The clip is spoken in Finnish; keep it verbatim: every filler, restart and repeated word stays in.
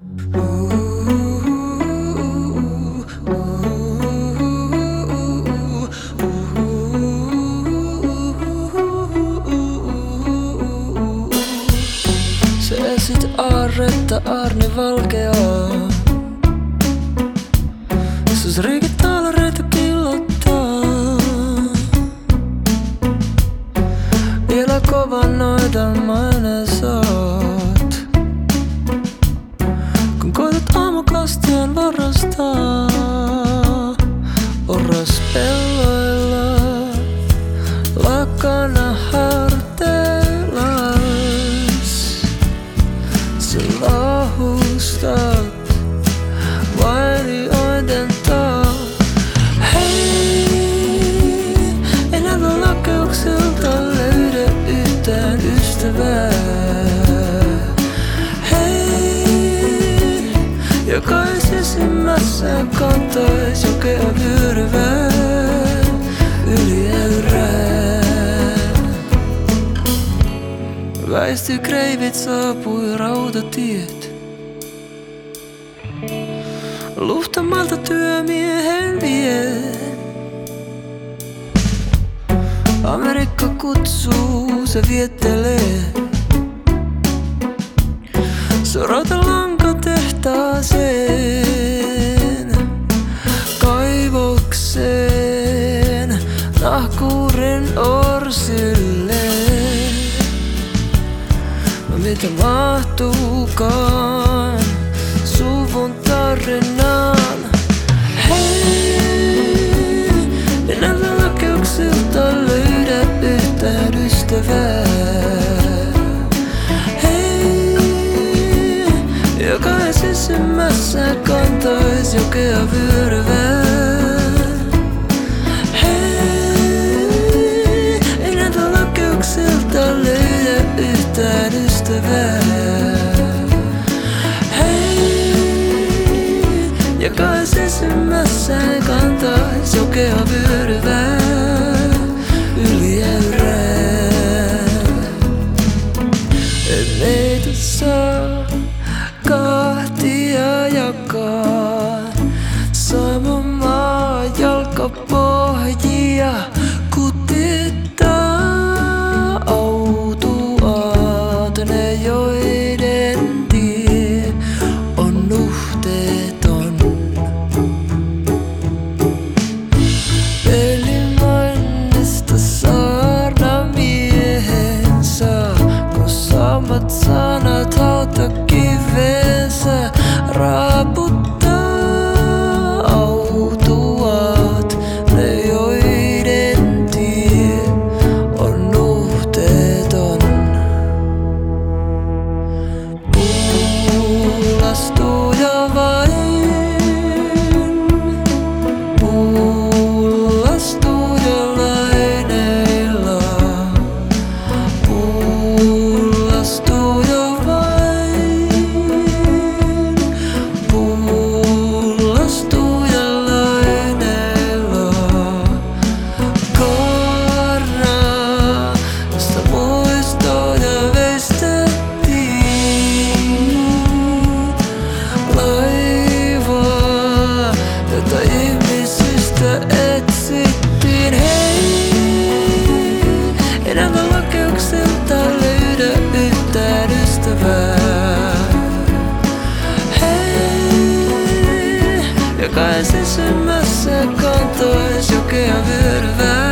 Se esit aarretta Arni valkeaa. Sus riikitaalareita killottaa. Vielä kovan noidelmainen saat. Kun koetat aamukasteen varastaa. Orras pelloilla, lakana harteillas. Sä lahustat vainioiden taa. Hei, en näiltä lakeuksilta löydä yhtään ystävää. Hei, jokaisessa kantais jokea vyöryvää yli äyrää. Väisty kreivit saapui rautatiet. Luftamalta työmiehen vie. Amerikka kutsuu, se viettelee. Se rautalangatehtaaseen, kaivokseen, nahkurin orsille. No mitä mahtuukaan suvun tarinaan? Hei, en näiltä lakeuksilta löydä yhtään ystävää. Hei, jokaisessa kantais jokea vyöryvää. Hei, en näiltä lakeuksilta löydä yhtään ystävää. Jokaisessa kantais jokea vyöryvää yli äyrää. Et meitä saa kahtia jakaa. Sama maa jalkapohjia kutittaa. Autuaat ne joiden tie on nuhteeton. Pelimainista saarnamiehen saa, kun samat sanat hautakivensä raaputtaa. Autuaat ne joiden tie on nuhteeton. Pullastuja vain. Etsittiin, hei, en näiltä lakeuksilta löydä yhtään ystävää. Hei, jokaisessa kantais jokea vyöryvää.